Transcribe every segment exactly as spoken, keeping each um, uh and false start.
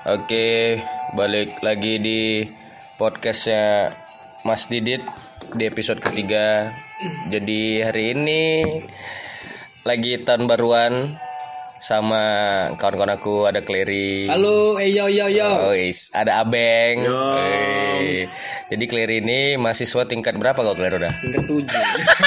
Oke, balik lagi di podcastnya Mas Didit di episode ketiga. Jadi hari ini lagi tahun baruan sama kawan-kawan aku, ada Clary. Halo, eh yo yo yo. Oh, is, ada Abeng. Yo. Eh, Jadi Clary ini mahasiswa tingkat berapa kau Clary udah? Tingkat tujuh.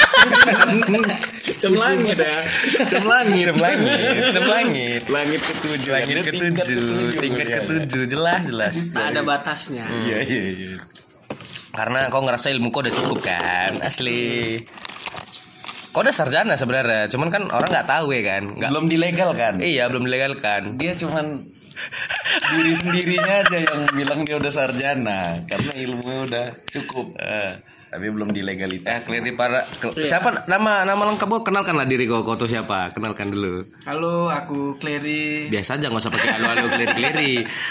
Cemlangit ya, cemlangit, Semlangit, semlangit. langit ketujuh, Langit ketujuh, tingkat ketujuh, jelas jelas. Ada batasnya. Iya iya iya. Karena kau ngerasa ilmu kau udah cukup kan, asli. Kau udah sarjana sebenarnya, cuman kan orang nggak tahu ya kan. Nggak, belum dilegalkan. iya belum dilegalkan. Dia cuman diri sendirinya aja yang bilang dia udah sarjana karena ilmunya udah cukup. Eh, Tapi belum ya dilegalitas. Clary para. ke- Siapa nama nama lengkap kau? Kenalkanlah diri kau. Kau tuh siapa? Kenalkan dulu. Halo, aku Clary, Biasa aja nggak usah pakai halo halo Clary Clary.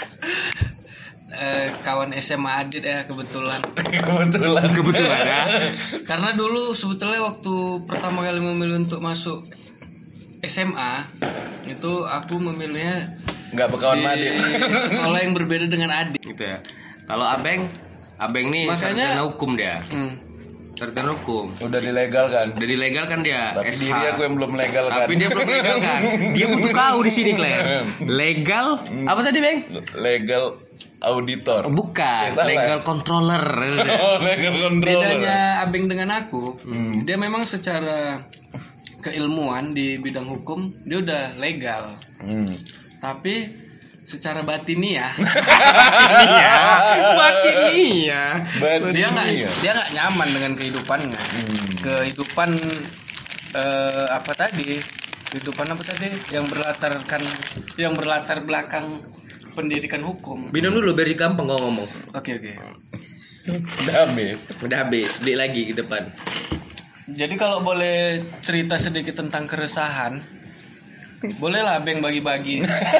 eh, kawan S M A Adit ya kebetulan. Kebetulan. Kebetulan ya. Karena dulu sebetulnya waktu pertama kali memilih untuk masuk S M A itu aku memilihnya Nggak berkawan di Madin. sekolah yang berbeda dengan Adit. Gitu ya. Kalau Abeng, Abeng nih Makanya- sarjana hukum dia. Hmm. Sarjana hukum. Udah dilegalkan. Udah dilegalkan dia. Tapi S H. diri aku yang belum legalkan. Tapi dia belum legal kan. Dia butuh kau di sini, Claire. Legal apa tadi, Beng? Legal auditor. Oh, bukan, Ya, salah. legal controller. Oh, legal controller. Bedanya Abeng dengan aku, dia memang secara keilmuan di bidang hukum dia udah legal. Hmm. Tapi secara batiniah Iya, batiniah. dia nggak Batiniah. dia nggak nyaman dengan kehidupannya. Kehidupan eh, apa tadi? Kehidupan apa tadi? Yang berlatarkan yang berlatar belakang pendidikan hukum. Minum dulu biar gampang kau ngomong. Oke oke. Udah habis. Udah habis, beli lagi ke depan. Jadi kalau boleh cerita sedikit tentang keresahan, bolehlah Beng bagi-bagi.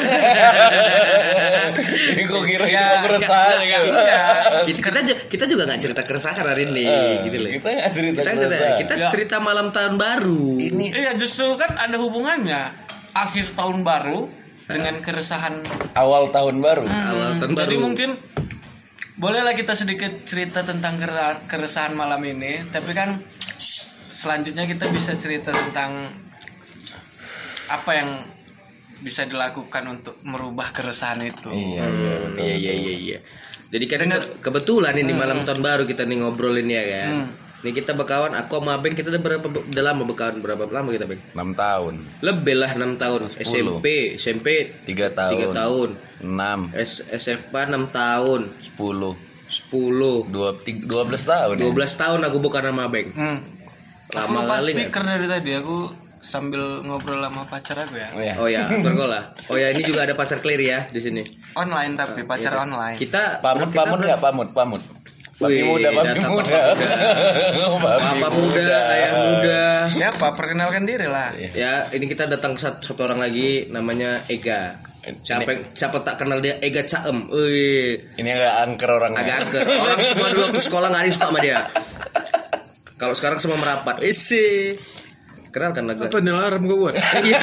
Ini kok kira Ya, kita keresahan ya, ya? ya. Kita ju- kita juga nggak cerita keresahan hari ini, gitu loh. Kita nggak cerita Kita cerita, keresahan. kita Ya. cerita malam tahun baru. Ini Iya justru kan ada hubungannya akhir tahun baru dengan keresahan. awal tahun baru. Awal tahun Jadi baru. mungkin bolehlah kita sedikit cerita tentang kere- keresahan malam ini, tapi kan selanjutnya kita bisa cerita tentang apa yang bisa dilakukan untuk merubah keresahan itu. Iya, iya, betul. Iya iya iya iya. Jadi kan ke- kebetulan ini malam tahun baru kita nih ngobrolin ya kan. Hmm. Nih kita berkawan, aku sama Beng kita udah berapa udah lama berkawan, berapa lama kita Beng? enam tahun, Lebih lah enam tahun. S M P, S M P tiga tahun, tiga tahun. enam, S SMA enam tahun, sepuluh, sepuluh, dua, tiga, dua belas tahun. dua Ya? belas tahun aku bukan sama Beng. Hmm. Aku Lama lupa kali speaker dari tadi, aku sambil ngobrol sama pacar aku ya. Oh ya. Oh ya, berkolah. Oh ya, ini juga ada pacar Clary ya di sini. Online tapi pacar online. Kita Pamut, pamut ya, pamut, pamut. Papi Wih, muda, papi datang muda. Papi Papa muda, ayah muda. Siapa? Perkenalkan diri lah. Ya, ini kita datang satu, satu orang lagi namanya Ega. Siapa yang- siapa tak kenal dia? Ega Caem. Wih, Ini agak angker orangnya. agak angker. Orang semua dulu waktu sekolah nggak ada yang suka sama dia. Kalau sekarang semua merapat. Isi. Kenalkan lagu. Apa nih alarm gue buat?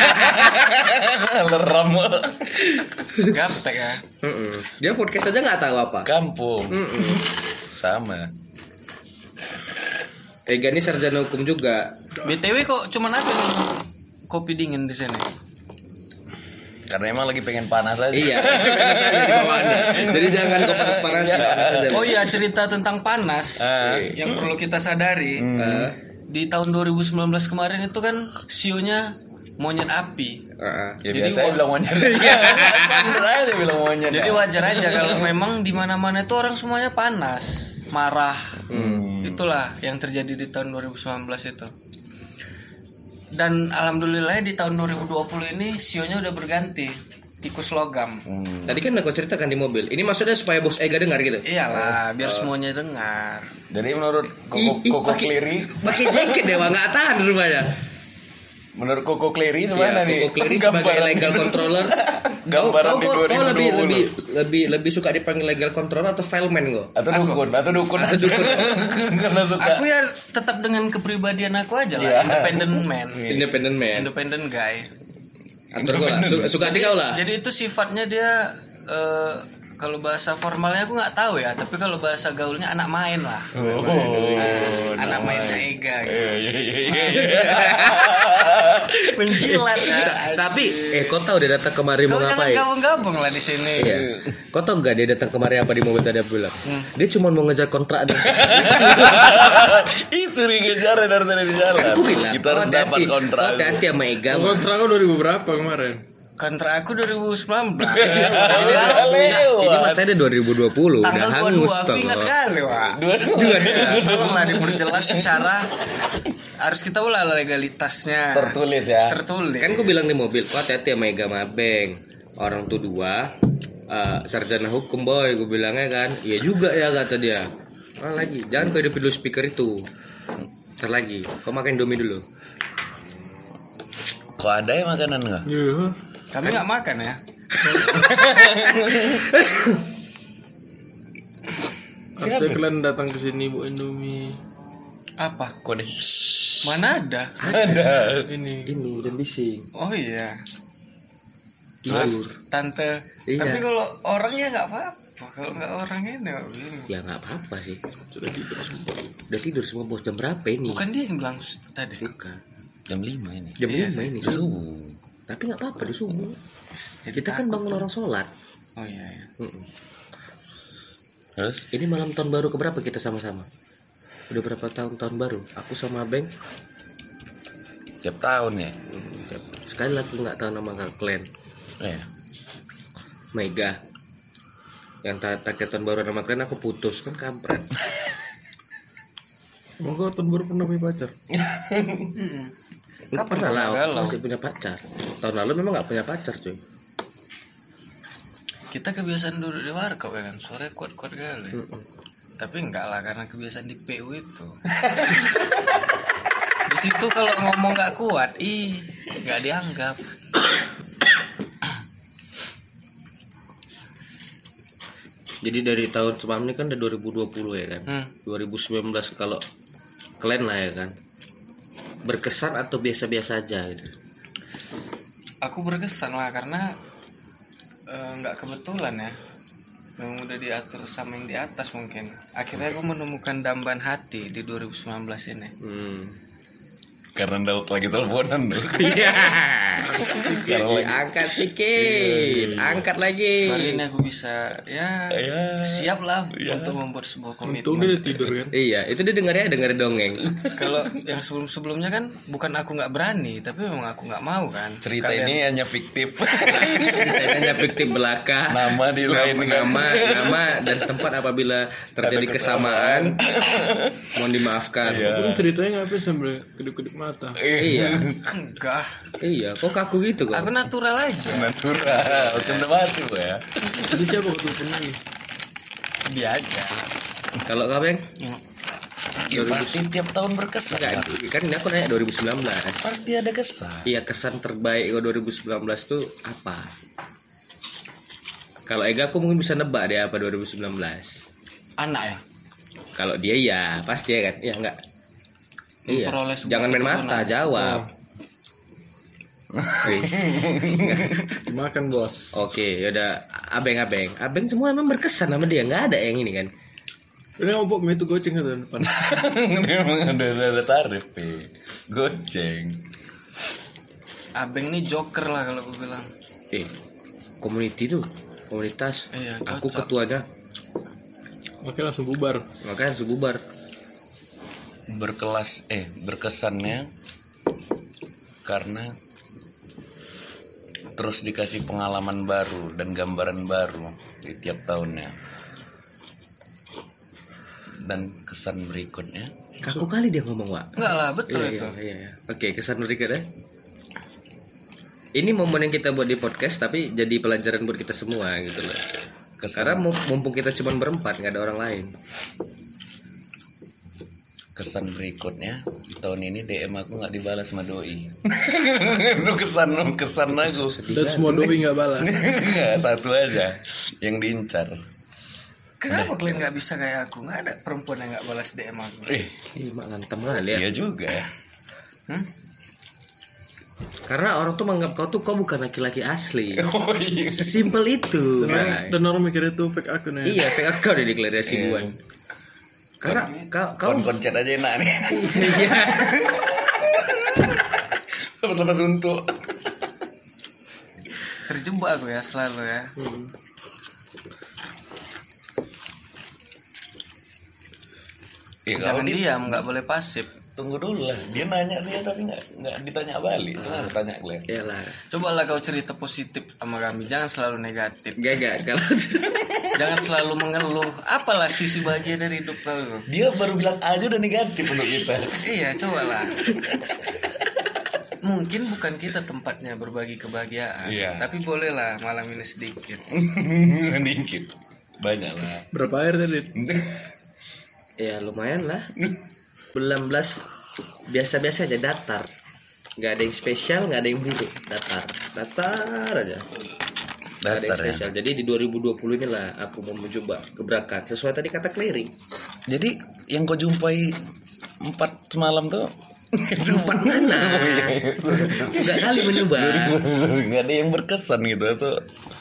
Leram. Gaptek ya. Mm-mm. Dia podcast aja nggak tahu apa. Kampung. Mm-mm. Sama. Ega ini sarjana hukum juga. B T W kok cuman ada nih kopi dingin di sini. Karena emang lagi pengen panas aja. Iya, panas aja di bawahnya. Jadi jangan kau panas-panasin, panas aja. Oh iya, cerita tentang panas Ah. yang perlu kita sadari. Eh, Di tahun dua ribu sembilan belas kemarin itu kan S E O-nya monyet api. eh, eh. Ya Jadi biasa wa- bilang monyet. Panas aja bilang monyet. Jadi ya. wajar aja kalau memang di mana-mana itu orang semuanya panas, marah. Hmm. Itulah yang terjadi di tahun dua ribu sembilan belas itu. Dan alhamdulillah di tahun dua ribu dua puluh ini S E O-nya udah berganti, tikus logam. Hmm. Tadi kan aku ceritakan di mobil. Ini maksudnya supaya bos Ega dengar gitu. Iyalah, biar semuanya dengar. Jadi menurut Ih, Koko, ih, Koko pakai- Clary, Pakai jaket dewa nggak tahan rumahnya. menurut Koko Clary gimana Ya, nih? Koko Clary sebagai Gambaran- legal controller. Gambaran kau, di kau, dua kau ribu dua lebih puluh. lebih lebih lebih suka dipanggil legal controller atau fileman kau? Atau dukun, atau dukun, atau dukun. Karena suka. Aku ya tetap dengan kepribadian aku aja lah, Iya. independent man, Independent man. independent guy. Atur kau lah. Su- Suka di kau lah. Jadi itu sifatnya dia eh, kalau bahasa formalnya aku nggak tahu ya, tapi kalau bahasa gaulnya anak main lah. Oh, Nah, anak mainnya Ega gitu. iya iya iya iya. Menjilat ya. Tapi eh kau tahu dia datang kemari mau Kau jangan ngapain? gabung-gabung lah di sini. Iya. Kau tahu nggak dia datang kemari apa di mobil tadi aku bilang? Dia cuma mau ngejar kontrak dia. Itu dikejar dari tadi di jalan. Aku bilang Kita harus kau dapat hati-hati. kontrak. Kau hati-hati sama Ega. Kontrak kau dua ribu berapa kemarin? Kontrak aku dua ribu sembilan belas. Udah lewat. Ini masanya dua ribu dua puluh udah Tanggal dua puluh hangus dua aku toh. ingat kali, Wak. Dua-dua. Tolonglah diperjelas secara harus kita ulah legalitasnya. Tertulis ya. Tertulis. Kan aku bilang di mobil, kau hati-hati sama Ega Mabeng. Orang tuh dua eh, sarjana hukum boy, gue bilangnya kan. Iya juga ya kata dia. Ah lagi, jangan kau hidupin dulu speaker itu. Ntar lagi, kau makan Indomie dulu. Kok ada ya makanan nggak? Iya. Kami nggak makan ya. Harusnya kalian datang ke sini bu Indomie. Apa? Kode. Mana ada? Ada. Ini. Ini dan bising. Oh iya. Mas, Tante. Iya. Tapi kalau orangnya nggak apa-apa. Kalau nggak orangnya nggak begini. ya nggak apa-apa sih. Sudah tidur semua. Udah tidur semua bos, jam berapa ini? Bukan dia yang bilang tadi. Bukan. Jam lima ini. Jam Iya lima sih. ini. Subuh. Tapi nggak apa-apa di subuh. Jadi Kita kan takut bangun tuh. orang sholat. Oh iya iya. Mm-mm. Terus Ini malam tahun baru keberapa kita sama-sama? Udah berapa tahun tahun baru? Aku sama Abeng. tiap tahun ya. hmm, Sekali lagi nggak tahu nama kalian. Eh. Mega. Yang tak tak tahun baru nama kalian aku putus kan kampret. Emang kau tahun baru pernah punya pacar? Nggak pernah lah. Aku galau. masih punya pacar. Tahun lalu memang nggak punya pacar cuy. Kita kebiasaan duduk di warkop ya kan. Sore kuat-kuat kali. Mm-mm. Tapi enggak lah karena kebiasaan di P U itu. Di situ kalau ngomong nggak kuat, ih nggak dianggap. Jadi dari tahun sebelum ini kan udah dua ribu dua puluh ya kan. Hmm. dua ribu sembilan belas kalau kalian lah ya kan. Berkesan atau biasa-biasa aja gitu. Aku berkesan lah karena eh, nggak kebetulan ya. Memang udah diatur sama yang di atas mungkin. Akhirnya aku menemukan dambaan hati di dua ribu sembilan belas ini. Hmm. Karena Daud lagi teleponan deh. Iya. Kalau lagi- Angkat sedikit, angkat lagi. Kali ini aku bisa ya, Ya. siap lah Ya. untuk membuat sebuah Untung komitmen. dia tidur kan. Iya, itu dia dengarnya denger dongeng. Kalau yang sebelum-sebelumnya kan bukan aku nggak berani, tapi memang aku nggak mau kan. Cerita Kalian- ini hanya fiktif. Hanya fiktif belaka. Nama di lain nama, nama dan tempat apabila terjadi Ada kesamaan, mohon dimaafkan. Iya. Tapi ceritanya ngapain sambil kedip-kedip mata? Iya, Enggak, iya. Kok kaku gitu kok? aku natural aja. Natural. Tunda batu ya. Jadi siapa waktu telepon ini? Dia aja. Kalau kau Beng? Ya, pasti tiap tahun berkesan. Enggak, kan ini aku nanya dua ribu sembilan belas. Pasti ada kesan. Iya, kesan terbaik dua ribu sembilan belas tuh apa? Kalau Ega aku mungkin bisa nebak deh apa dua ribu sembilan belas. Anak ya. Kalau dia ya pasti ya kan? Iya enggak? Iya. Memperoleh sebuah Jangan main keturunan. mata, jawab. Wis. Dimakan bos. Oke, yaudah abeng abeng, abeng semua emang berkesan sama dia, nggak ada yang ini kan? Udah ngomong itu goceng ke depan. Memang ada ada tarif ya. Goceng. Abeng nih joker lah kalau aku bilang. Eh, community tuh, komunitas. Iya, Aku cocok. ketuanya, Makanya langsung bubar. makanya langsung bubar. Berkelas eh berkesannya karena terus dikasih pengalaman baru dan gambaran baru di tiap tahunnya. Dan kesan berikutnya Kaku kali dia ngomong, Wak. Enggak lah, betul Iya, itu. iya, iya, iya. Oke, kesan berikutnya. Ini momen yang kita buat di podcast, tapi jadi pelajaran buat kita semua gitu loh. Karena mum- mumpung kita cuma berempat, nggak ada orang lain. kesan berikutnya di tahun ini D M aku nggak dibalas sama doi. Itu kesan kesan aku. Dan semua doi nggak balas. Nggak, satu aja yang diincar. Kenapa kalian nggak bisa kayak aku? Nggak ada perempuan yang nggak balas D M aku. Eh, Ih, mak ngantem kali ya. iya juga ya. Hmm? Karena orang tuh menganggap kau tuh kau bukan laki-laki asli. Oh iya. Sesimpel itu. Dan, Nah, dan orang mikirnya itu fake akun ya. iya, fake account udah deklarasi duluan. Karena kau kau Kon-kon chat aja enak nih. iya. Lepas-lepas untuk. Terjebak aku ya selalu ya. Ya, Jangan kalau dia diam, nggak boleh pasif. tunggu dulu lah. Dia nanya dia tapi nggak nggak ditanya balik. Cuma harus tanya Glenn. Iyalah. Cobalah kau cerita positif sama kami, jangan selalu negatif. Gak gak kalau Jangan selalu mengeluh. Apalah sisi bahagia dari hidup kau? Dia baru bilang aja udah negatif untuk kita. Iya, cobalah. Mungkin bukan kita tempatnya berbagi kebahagiaan, Iya. tapi bolehlah malam ini sedikit. Sedikit. Banyak lah. Berapa air tadi? ya lumayan lah. sembilan belas biasa-biasa aja, datar. Gak ada yang spesial, gak ada yang buruk, datar. Datar aja. Gak ada yang Datar ya. spesial. Jadi di dua ribu dua puluh inilah aku mau mencoba gebrakan sesuai tadi kata clearing. Jadi yang kau jumpai empat semalam tuh Empat mana? Enggak kali mencoba. nggak ada yang berkesan gitu tuh.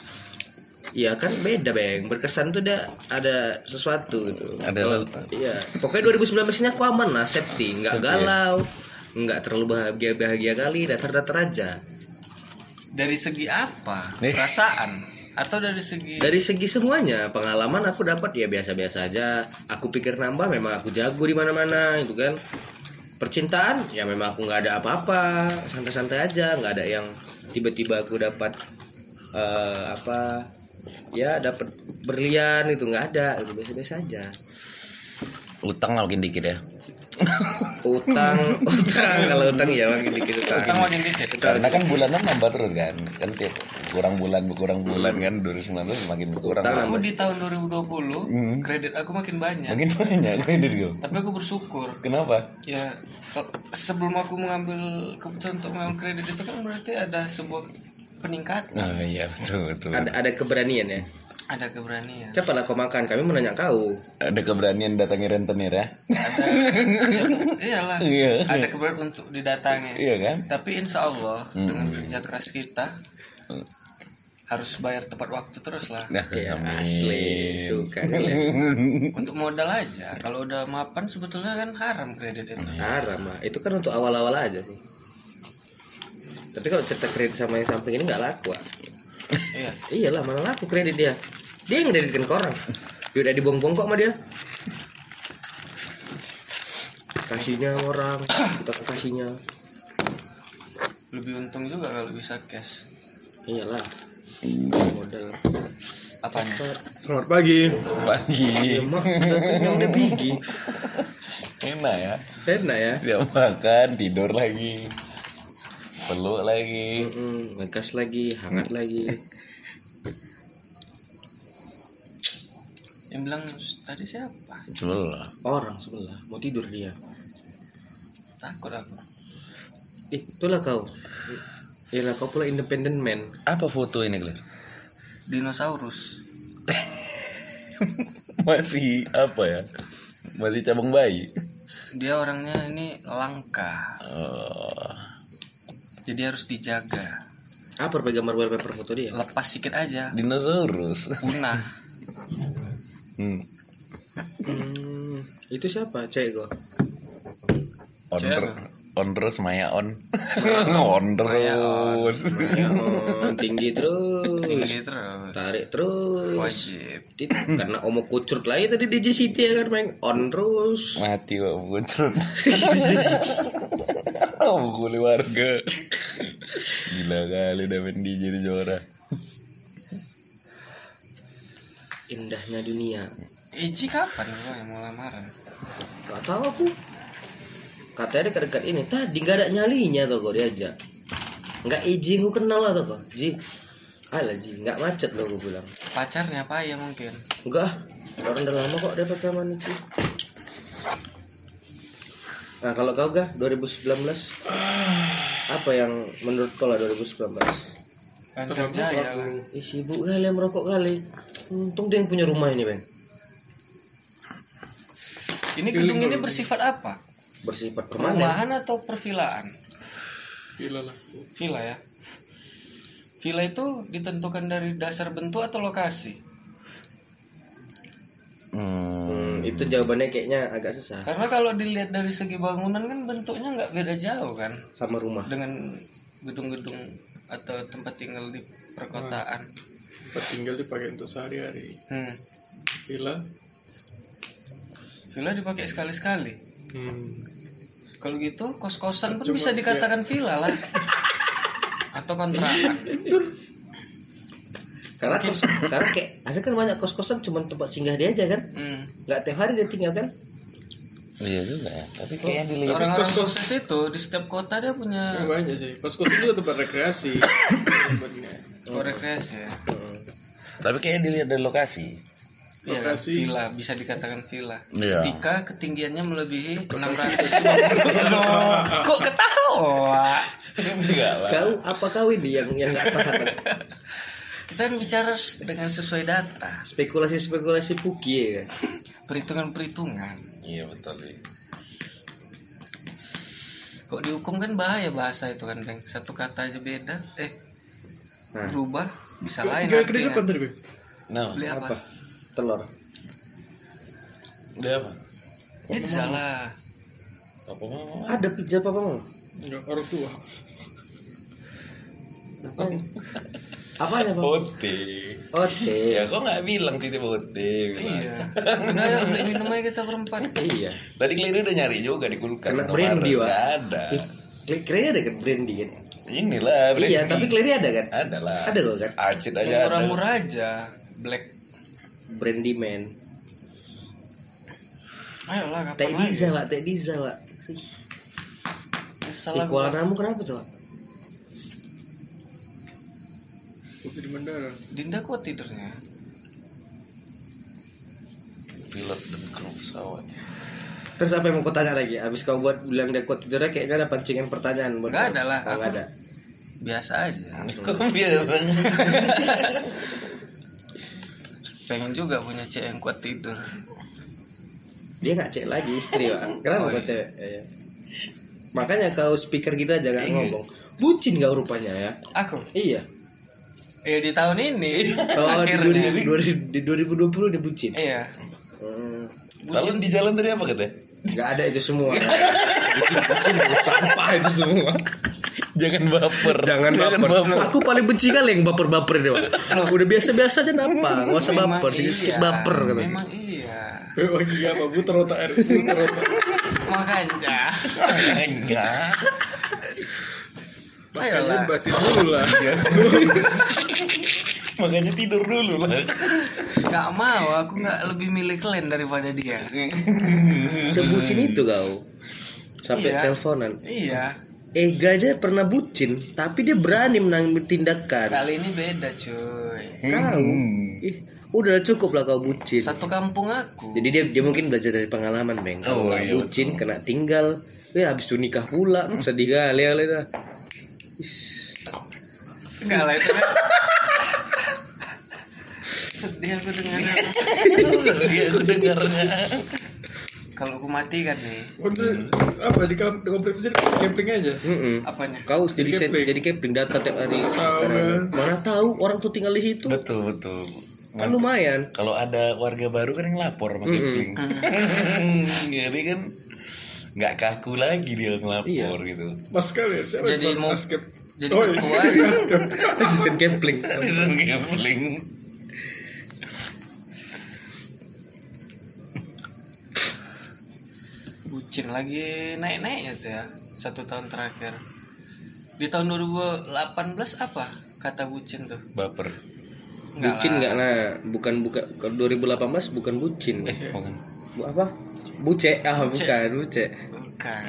Iya kan beda Bang. Berkesan tuh ada ada sesuatu gitu. Ada Kalau- sesuatu. Iya. Pokoknya dua ribu sembilan belas ini aku aman lah, safety, enggak Safety, galau, enggak terlalu bahagia-bahagia kali, datar-datar aja. Dari segi apa? Nih. Perasaan atau dari segi Dari segi semuanya, pengalaman aku dapat ya biasa-biasa aja. Aku pikir nambah, memang aku jago di mana-mana gitu kan. Percintaan ya memang aku nggak ada apa-apa, santai-santai aja, nggak ada yang tiba-tiba aku dapat eh, apa ya dapat berlian itu nggak ada, itu biasa-biasa aja. Utang lah makin dikit ya. Utang, utang kalau utang ya makin dikit utang. utang makin dikit. Karena kan bulanan nambah terus kan. Kan tiap kurang bulan kurang bulan kan dua ribu sembilan belas semakin berkurang. Utang Aku di tahun dua ribu dua puluh kredit aku makin banyak. Makin banyak kredit gue. Tapi aku bersyukur. Kenapa? Ya kalau- sebelum aku mengambil keputusan untuk mengambil kredit itu kan berarti ada sebuah peningkatan, Oh iya betul betul. Ada ada keberanian ya. ada keberanian. Cepatlah kau makan, kami menanya kau. Ada keberanian datangi rentenir ya. Ada ya, iyalah. Iya. Ada keberanian untuk didatangi. Iya kan? Tapi insya Allah dengan kerja keras kita harus bayar tepat waktu terus lah. Nah, Ya amin. asli suka kalian. Untuk modal aja. Kalau udah mapan sebetulnya kan haram kredit itu. Haram lah. Itu kan untuk awal-awal aja sih. Tapi kalau cerita kredit sama yang samping ini nggak laku. Ah. Iya. Iyalah mana laku kredit dia. Dia yang ngededitkan ke orang. Dia udah dibong-bong kok sama dia. Kasihnya orang, kita ke kasihnya. Lebih untung juga kalau bisa cash. Iyalah. Modal. Apanya? Selamat pagi. Pagi. Ya mah, datangnya udah bigi. Enak ya. Enak ya. Siap makan, tidur lagi. Peluk lagi. Mm-mm, ngegas lagi, hangat lagi. Yang bilang tadi siapa? Sebelah. Orang sebelah mau tidur dia. Takut aku. Ih, itulah kau. Iyalah kau pula independent man. Apa foto ini, Glenn? Dinosaurus. Masih apa ya? Masih cabang bayi. Dia orangnya ini langka. Oh. Jadi harus dijaga. Apa gambar wallpaper foto dia? Lepas sedikit aja. Dinosaurus. Punah. Hmm. Hmm, itu siapa? Cek gua. On Siapa? ter- on terus Maya on. on terus. Oh, tinggi terus. Tinggi terus. Tarik terus. Wajib. Tit, karena omo kucurut lagi tadi di J C T ya kan main on terus. Mati kok buncrut. Oh, kuli warga. Gila kali David D J di juara. Indahnya dunia. Iji kapan gua yang mau lamaran? Gak tahu aku. Katanya dekat-dekat ini tadi gak ada nyalinya tuh kok diajak. Nggak izin gue kenal lah tuh kok. Ji. Alah Ji, nggak macet loh gue bilang. Pacarnya apa ya mungkin? Enggak. Orang udah lama kok dapat sama nih Ci. Nah kalau kau gak dua ribu sembilan belas apa yang menurut kau lah dua ribu sembilan belas? Lancar jaya lah. Ih sibuk kali yang merokok kali. Untung dia yang punya rumah ini Bang. Ini gedung ini bersifat apa? Bersifat permanen. Perumahan atau pervilaan? Villa lah. Villa ya. Villa itu ditentukan dari dasar bentuk atau lokasi? Hmm. Hmm, itu jawabannya kayaknya agak susah. Karena kalau dilihat dari segi bangunan kan bentuknya nggak beda jauh kan Sama rumah. dengan gedung-gedung atau tempat tinggal di perkotaan. Tempat tinggal dipakai untuk sehari-hari. Hmm. Villa. Villa dipakai sekali-sekali. Hmm. Kalau gitu kos-kosan pun Cuma bisa dikatakan villa lah. Atau kontrakan. Karena kos, karena kayak ada kan banyak kos-kosan cuma tempat singgah dia aja kan, Hmm. nggak tiap hari dia tinggal kan. Iya juga ya. Tapi kayaknya dilihat Orang-orang sukses itu di setiap kota dia punya Ya, banyak sih. Kos-kosan juga tempat rekreasi. Sebenarnya. oh, rekreasi ya. tapi kayaknya dilihat dari lokasi. Iya kan? Lokasi. Villa bisa dikatakan villa. Iya. Ketika ketinggiannya melebihi enam ratus lima puluh. Kok ketawa? Enggak lah. Kau apa kau ini yang yang nggak tahan? Kita kan bicara dengan sesuai data, Spekulasi-spekulasi puki ya kan. perhitungan-perhitungan. Iya betul sih. Kok dihukum kan bahaya bahasa itu kan, Bang. Satu kata aja beda, eh Nah. berubah bisa lain. Segala ke artinya. depan tadi, Bang. Nah, Beli apa? Apa? Telur. dia apa? Pizza lah. Apa mau? Ada pizza apa mau? Enggak, orang tua. Apanya bang? Ote. Ote. Ya kok nggak bilang titip ote? Iya. Udah ya beli minum aja kita berempat. Iya. Tadi Kelly udah nyari juga di kulkas. Kena Kemarin brandy wak. nggak ada. Kayaknya ada kan brandy kan? Inilah brandy. Iya, tapi Clary ada kan? Ada lah. Ada kok kan? Acid aja Yang ada. murah-murah aja, black. Brandy man. Ayolah kapan Teh lagi? Diza pak, Teh Diza pak. Salah Di Kuala Namu kenapa tuh pak? Kopi di Mandara. Dinda kuat tidurnya. Pilot dan kru pesawat. Terus apa yang mau kau tanya lagi? Abis kau buat bilang dia kuat tidurnya kayaknya ada pancingan pertanyaan buat Nggak kau. ada lah, Oh, nggak aku- ada. Biasa aja. Kok biasa? Pengen juga punya cewek yang kuat tidur. Dia nggak cek lagi istri pak. Kenapa Oh, kau iya. cek? Iya. Makanya kau speaker gitu aja nggak ngomong. Bucin kau rupanya ya? Aku? Iya. Ya di tahun ini. Oh di akhirnya. dua ribu, dua ribu- di dua ribu dua puluh dia bucin. Iya. Hmm. Lalu di jalan tadi apa katanya? Nggak ada itu semua. Bucin, bucin, sampah itu semua. Jangan baper. Jangan baper. Aku paling benci kali yang baper-baper itu. Pak. Udah biasa-biasa aja apa? Nggak usah Memang baper, sedikit iya, baper katanya. Memang iya. Memang iya apa putar otak air, putar otak. Makanya. Enggak. Makanya Ayolah. batin dulu lah. Makanya tidur dulu lah. Gak mau, aku gak lebih milih kalian daripada dia. Sebucin itu kau. Sampai Iya. teleponan. Iya. Ega aja pernah bucin, tapi dia berani menanggung tindakan. Kali ini beda cuy. Kau, ih, udah cukup lah kau bucin. Satu kampung aku. Jadi dia dia mungkin belajar dari pengalaman, Bang. Kalau Oh, nggak iya, bucin, kena tinggal. Eh habis itu nikah pula, sedih kali kali dah. Enggak lah itu kan. Sedih aku dengarnya. Iya aku dengarnya. Kalau aku mati kan nih. Udah apa di kamp- di komplek itu jadi camping aja. Mm-mm. Apanya? Kau jadi Jadi set, camping. jadi camping data tiap hari. Tahu, Karena- kan? Mana tahu orang tuh tinggal di situ. Betul betul. Kan lumayan. Kalau ada warga baru kan yang lapor sama Kipling. Jadi kan nggak kaku lagi dia ngelapor gitu. Pas sekali ya. Siapa Jadi yang mau- Askep? jadi Oh, iya. ketua. Askep. Asisten camping. Season Kipling. Bucin lagi naik-naiknya tuh ya. Satu tahun terakhir. Di tahun dua ribu delapan belas apa kata bucin tuh? Baper. Enggak Bucin lah. nggak nah, bukan bukan kalau dua ribu delapan belas bukan bucin. Eh bukan. Bu- apa? Buce, ah bukan, buce. Bukan.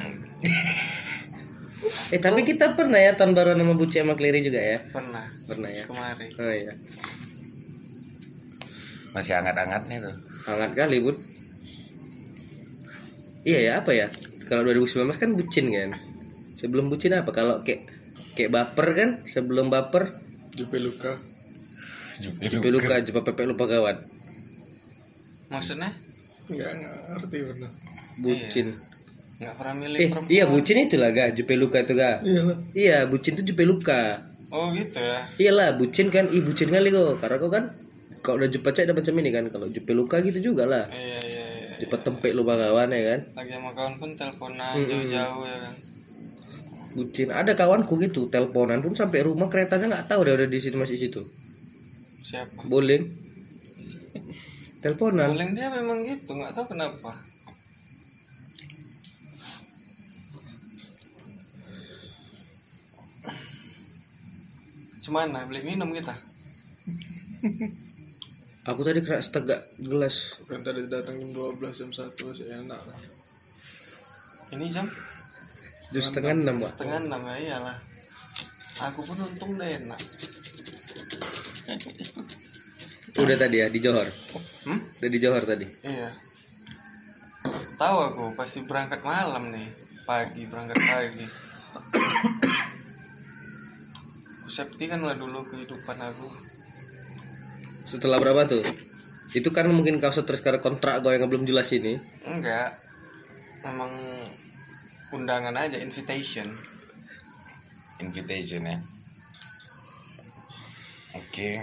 Eh tapi kita pernah ya tahun baru nama Buce sama Clary juga ya? Pernah. Pernah ya. Kemarin. Oh iya. Masih hangat-hangatnya tuh. Hangat kali, Bud. Iya ya, apa ya? Kalau dua ribu sembilan belas kan bucin kan. Sebelum bucin apa? Kalau kayak kayak baper kan, sebelum baper Jupe luka. Jupe luka, jupa pepek lupa kawan. Maksudnya? Enggak enggak ngerti benar. Bucin. Nggak pernah milih Eh perempuan. iya bucin itulah ga Jupe Luka itu ga. Iya lah. Iya bucin itu Jupe Luka. Oh gitu ya. Iyalah bucin kan, ih bucin kali kok. Karena kau kan kalau udah jumpa cewek udah macam ini kan. Kalau Jupe Luka gitu juga lah. Iya iya iya. Cepat tempek lu kawan ya kan. Lagi sama kawan pun teleponan Mm-mm. jauh-jauh ya kan. Bucin. Ada kawanku gitu, teleponan pun sampai rumah keretanya nggak tahu dia udah di situ masih situ. Siapa? Boleh. Teleponan. Paling dia memang gitu, nggak tahu kenapa. Cemana beli minum kita? Aku tadi kena setengah gelas. Kan tadi datang jam dua belas jam satu masih enak lah. Ini jam Jam setengah enam pak. setengah enam ya iyalah. Aku pun untung udah enak. Udah tadi ya di Johor. Hmm? Udah di Johor tadi. Iya. Tahu aku pasti berangkat malam nih, pagi berangkat pagi. Aku safety kan lah dulu kehidupan aku. Setelah berapa tuh? Itu kan mungkin kau stres karena kontrak kau yang belum jelas ini. Enggak, memang undangan aja, invitation. Invitation ya. Oke.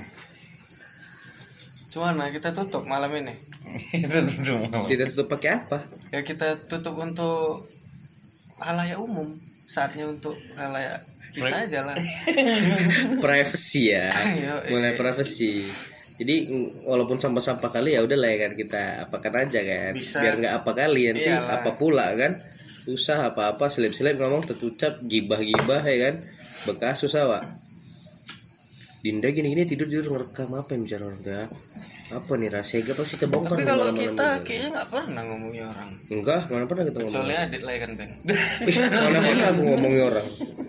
Cuman kita tutup malam ini. Itu semua. Tidak tutup pakai apa? Ya kita tutup untuk halayak umum. Saatnya untuk halayak kita aja lah. Privacy ya. Ayo, Mulai eh. privacy. Jadi mm, walaupun sampah-sampah kali ya udah lah ya kan kita apakan aja kan. Bisa. Biar nggak apa kali nanti Iyalah. apa pula kan. Susah apa-apa selip-selip ngomong tertucap gibah-gibah ya kan. Bekas susah Pak. Dinda gini-gini tidur-tidur ngerekam apa yang bicara orang tua. Apa nih rahasia apa sih kita bongkar Tapi nih kalau malam-malam kita ini? kayaknya nggak pernah ngomongin orang. Enggak, mana pernah kita ngomong. Kecuali adit lah ya kan Bang. Ih, mana pernah aku ngomongin orang.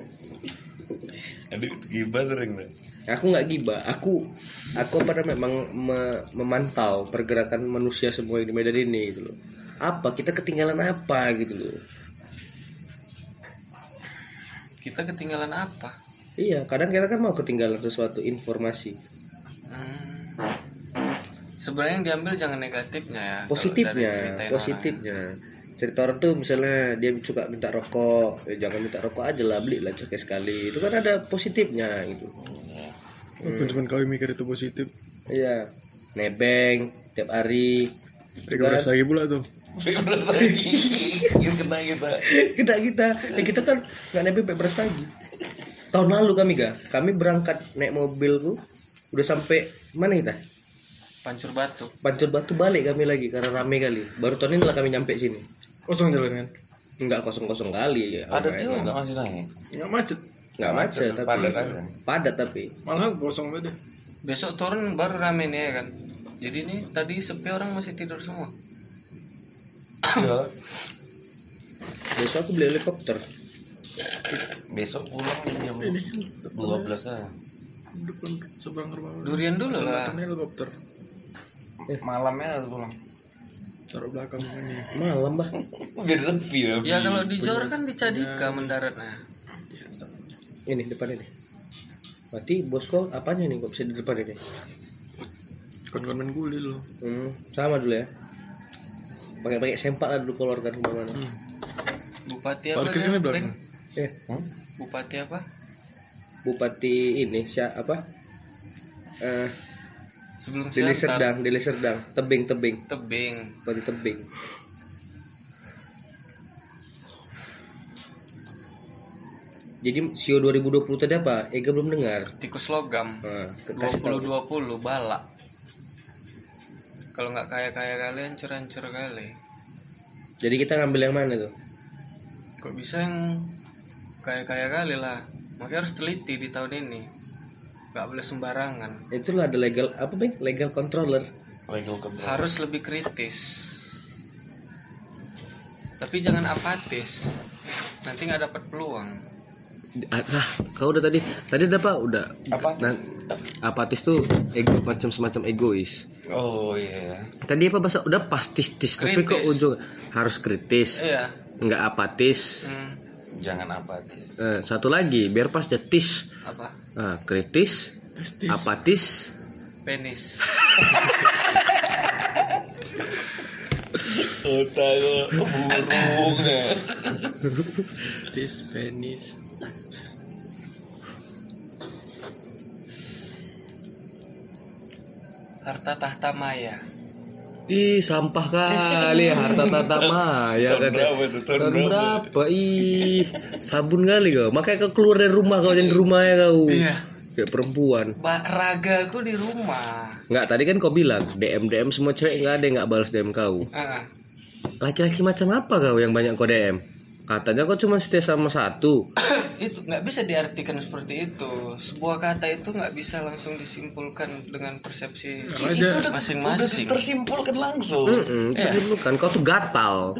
Aduh, gibah sering deh. Aku nggak gibah, aku aku apa namanya memang me- memantau pergerakan manusia semua yang di Medan ini gitu loh. Apa kita ketinggalan apa gitu loh. Kita ketinggalan apa? Iya, kadang kita kan mau ketinggalan sesuatu informasi. Hmm. Sebenarnya yang diambil jangan negatifnya ya. kalau Positifnya, dari ceritain positifnya. Cerita orang tuh misalnya dia suka minta rokok, ya jangan minta rokok aja lah, beli lah sekali sekali. Itu kan ada positifnya gitu. Walaupun cuma kau yang mikir itu positif. Iya, nebeng tiap hari. Tiga belas lagi pula tuh. Beres lagi. Kena kita. Kita kita, ya kita kan nggak nebeng sampai beras lagi. Tahun lalu kami ga, kami berangkat naik mobil tuh, udah sampai mana kita? orang. Pancur Batu. Pancur Batu balik kami lagi karena rame kali. Baru tahun ini lah kami nyampe sini. Kosong jalan kan? Enggak kosong-kosong kali ya. Padat juga nggak masih naik. Nggak macet. Enggak macet tapi Padat aja. padat tapi. Malah kosong tadi. Besok turun baru rame nih ya kan. Jadi ini tadi sepi orang masih tidur semua. Iya. Besok aku beli helikopter. Besok pulang jam dua belas aja. Depan seberang rumah. Durian dulu lah. Datang helikopter. Malamnya harus pulang. Taruh belakang ini. Malam bah. Biar sepi ya. Ya kalau di Johor kan di Cadika mendaratnya. Ini depan ini. Berarti bosku apanya nih kok bisa di depan ini? Kon-kon main guli loh. Hmm, sama dulu ya. Pakai-pakai sempak lah dulu keluarkan kemana-mana. Bupati apa? Parkir dia, ini Bang? belakang. Eh, Bupati apa? Bupati ini siapa apa? Eh, Sebelum Deli Siantar. Serdang, Deli Serdang, Tebing, Tebing, Tebing. Bupati Tebing. Jadi Sio dua ribu dua puluh tadi apa? Ega belum dengar. Tikus logam. Nah, ke- dua kasih puluh tahu. dua puluh balak. Kalau nggak kaya-kaya kali hancur-hancur kali. Jadi kita ngambil yang mana tuh? Kok bisa yang kaya-kaya kali lah. Makanya harus teliti di tahun ini. Nggak boleh sembarangan. Itulah ada legal apa bang? Legal controller. Legal control. Harus lebih kritis. Tapi jangan apatis. Nanti nggak dapat peluang. Ah, kau udah tadi tadi ada apa? Udah. Apa? Nah, apatis tuh ego macam semacam egois. Oh iya. Tadi apa bahasa udah pastis-tis tapi kok Kritis. ujung harus kritis, Iya. nggak apatis. Hmm, Jangan apatis. Eh, satu lagi biar pas dia tis. apa? Ah, kritis, Testis. Penis. apatis. Otak kok burung ya. This penis. Harta tahta maya. Ih, sampah kali ya harta tata maya. Tahun berapa tuh? Tahun Tahun berapa? berapa? Ih, sabun kali kau. Makanya kau keluar dari rumah kau jadi rumahnya kau. Iya. Kayak perempuan. Ba- raga aku di rumah. Nggak, tadi kan kau bilang D M D M semua cewek nggak ada yang nggak balas D M kau. Ah, Laki-laki macam apa kau yang banyak kau D M? Katanya kau cuma stay sama satu. itu nggak bisa diartikan seperti itu. Sebuah kata itu nggak bisa langsung disimpulkan dengan persepsi Aja. masing-masing. Tersimpulkan langsung. Mm-mm, Iya. itu kan kau tuh gatal.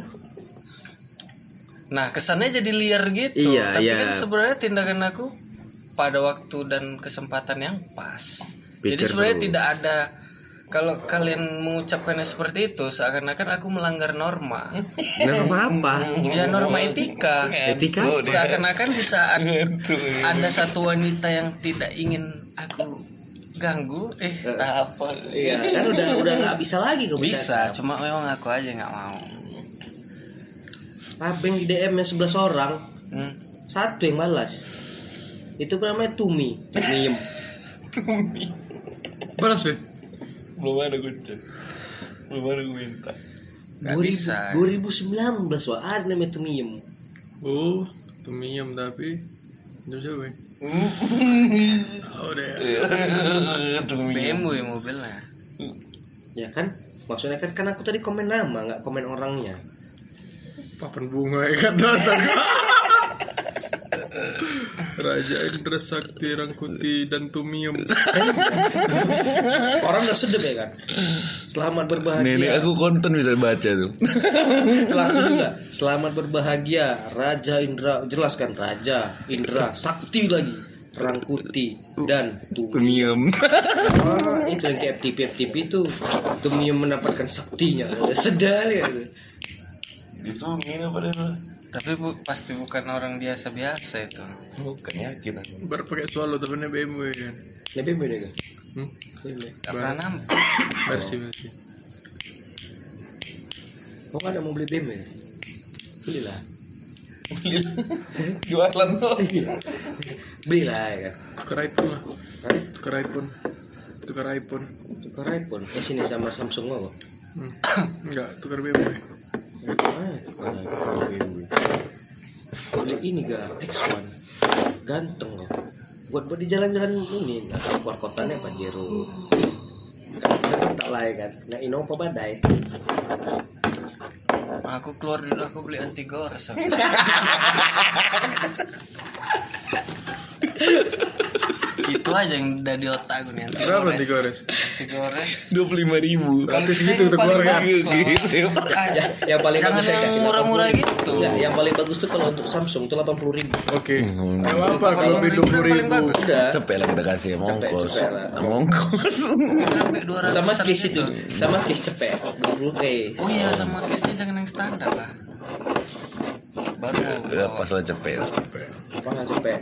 Nah, kesannya jadi liar gitu. Iya, Tapi iya. kan sebenarnya tindakan aku pada waktu dan kesempatan yang pas. Jadi Pikir sebenarnya dulu. tidak ada, kalau kalian mengucapkannya seperti itu seakan-akan aku melanggar norma. Norma apa? Ya norma etika. Etika? Seakan-akan di saat Ngantuk. ada satu wanita yang tidak ingin aku ganggu, eh tak apa. Iya, kan udah udah nggak bisa lagi kau Bisa, cuma memang aku aja nggak mau. Abeng di D M nya sebelas orang, Hmm. satu yang balas. Itu namanya Tumi, Tumiem. Balas ya? Belum ada kucing. Belum ada gue minta. Nggak bisa. dua ribu sembilan belas wah ada namanya Tumiem. Oh, tumiyam tapi jauh-jauh ya. Oh deh. B M W mobilnya. Ya kan? Maksudnya kan kan aku tadi komen nama, nggak komen orangnya. Papan bunga ya kan datang. Raja Indra Sakti Rangkuti dan Tumiyam. Orang udah sedep ya kan? Selamat berbahagia. Nenek aku konten bisa baca tuh. Langsung juga. Selamat berbahagia Raja Indra, jelaskan Raja Indra Sakti lagi Rangkuti dan Tumi. Tumiyam. Ah, itu yang kayak F T P F T P itu Tumi yang mendapatkan saktinya. Sedal ya. Disungin apa itu? Tapi bu, pasti bukan orang biasa-biasa itu. Bukan yakin aku. Baru pakai swallow tapi ini B M W kan. Lebih beda kan? Hmm? Gak pernah nampak. Versi versi. Kau ada mau beli B M W? Belilah. Jualan tuh. Belilah ya kan. Tukar iPhone lah. Hah? Tukar iPhone. Tukar iPhone. Tukar iPhone. Ke sini sama Samsung mau. Hmm. Enggak, tukar B M W. Ah, tukar iPhone B M W. Beli ini gak X satu. Ganteng kok. Buat buat di jalan-jalan ini, nah keluar kotanya Pajero. Kan tak lah ya kan. Nah Innova badai. Aku keluar dulu, aku beli anti gores. aku. Itu aja yang udah di otak gue nih, anti Berapa gores. anti gores? Anti gores. Dua puluh lima ribu. Kalau Gratis saya gitu untuk paling keluarga. bagus lah. Gitu. Ah, Ya, yang paling Jangan bagus saya yang kasih murah-murah delapan puluh. gitu. Enggak, yang paling bagus tuh kalau untuk Samsung tuh delapan puluh ribu. Oke. Hmm. Gak apa kalau lebih dua puluh ribu. Udah. Cepet lah kita kasih mongkos. cepet lah. Mongkos. sampai dua ratus Sama case itu, sama case cepet dua puluh K. Oh iya, sama case-nya jangan yang standar lah. Baru mau Udah bawa. pas lah cepet. Apa nggak cepet?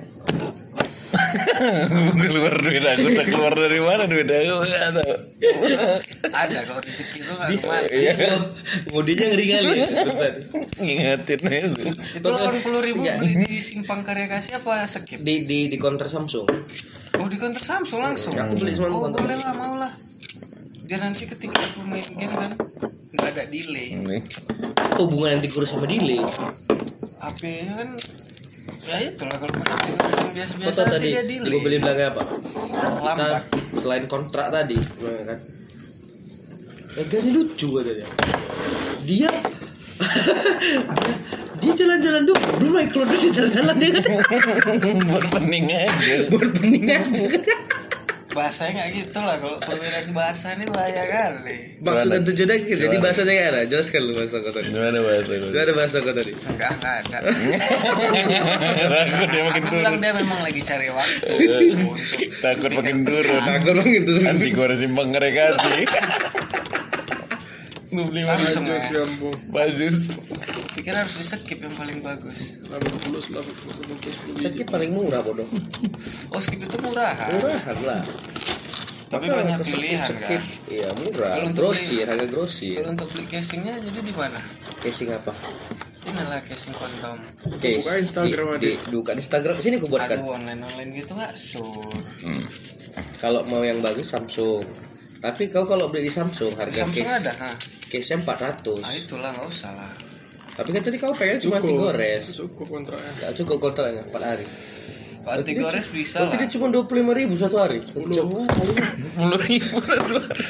Keluar duit aku, tak keluar dari mana duit aku nggak tahu. Ada kalau rezeki itu nggak kemana. Iya. Modinya ngeri kali ya. Bentar. Ngingetin aja tuh. Itu delapan puluh ribu beli di Simpang Karya Kasih apa skip? Di di di counter Samsung. Oh di kontak Samsung langsung. Aku beli semalam Oh kontak. boleh lah, mau lah. Biar nanti ketika aku main game kan nggak ada delay. Hubungan anti kurus sama delay. H P-nya kan ya itulah kalau pakai yang biasa-biasa Kota nanti tadi dia delay. gue beli belakang apa? Lambat. Kita, selain kontrak tadi, ya kan? Ega ini lucu katanya. Dia dia dia jalan-jalan dulu, belum main keluar dia jalan-jalan dia katanya. Buat pening aja. Buat pening aja katanya. Bahasanya nggak gitu lah, kalau perbedaan bahasa ini bahaya kali. Maksud dan tujuannya gitu. Jadi Gimana? bahasanya kayak ada. Jelaskan lu bahasa kau tadi. Gimana bahasa Gak gue? ada bahasa kau tadi. Enggak, enggak ada. Takut dia makin Aku bilang turun. dia memang lagi cari waktu. Takut makin turun. Takut dong itu. Anti gue simpang ngerekasi. Dua puluh lima Samsung Bajus ya. ya ampun. Bajus. Pikir harus di skip yang paling bagus. delapan puluh, delapan puluh, delapan puluh. Sakit paling murah bodoh. Oh skip itu murah. Murahan lah. Tapi Maka banyak kesakit- pilihan sakit. kan. Iya murah. Kalau untuk Grosir, harga grosir. Kalau untuk beli casingnya jadi di mana? Casing apa? Inilah casing kondom. Case. Buka Instagram di, di, buka di Instagram sini aku buatkan. Aduh online online gitu nggak sur. Kalau mau yang bagus Samsung. Tapi kau kalau beli di Samsung harga Samsung case ada, nah. case empat ratus. Ah itulah nggak usah lah. Tapi kan tadi kau pengen cuma digores. Cukup kontraknya. Gak cukup kontraknya empat hari. Kalau digores bisa Berarti lah. dia cuma dua puluh lima ribu satu hari. Jauh kali. Sepuluh ribu satu hari.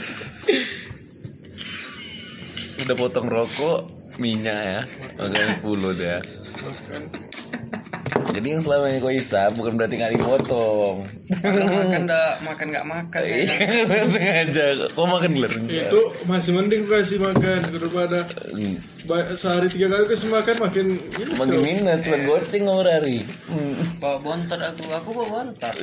Udah potong rokok, minyak ya, makanya sepuluh tuh ya. Jadi yang selama ini kau hisap bukan berarti nggak dipotong. Makan makan dah makan nggak makan ya. kan? Sengaja, kau makan ler. Itu masih mending kasih makan daripada ba- sehari tiga kali kasih makan makin ini Makin so. minat, cuma goceng nomor hari. Bawa bontot aku, aku bawa bontot.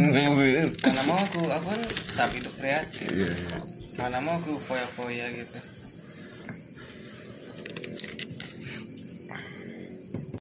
Mana mau aku, aku kan tak hidup kreatif. Mana mau aku foya-foya gitu.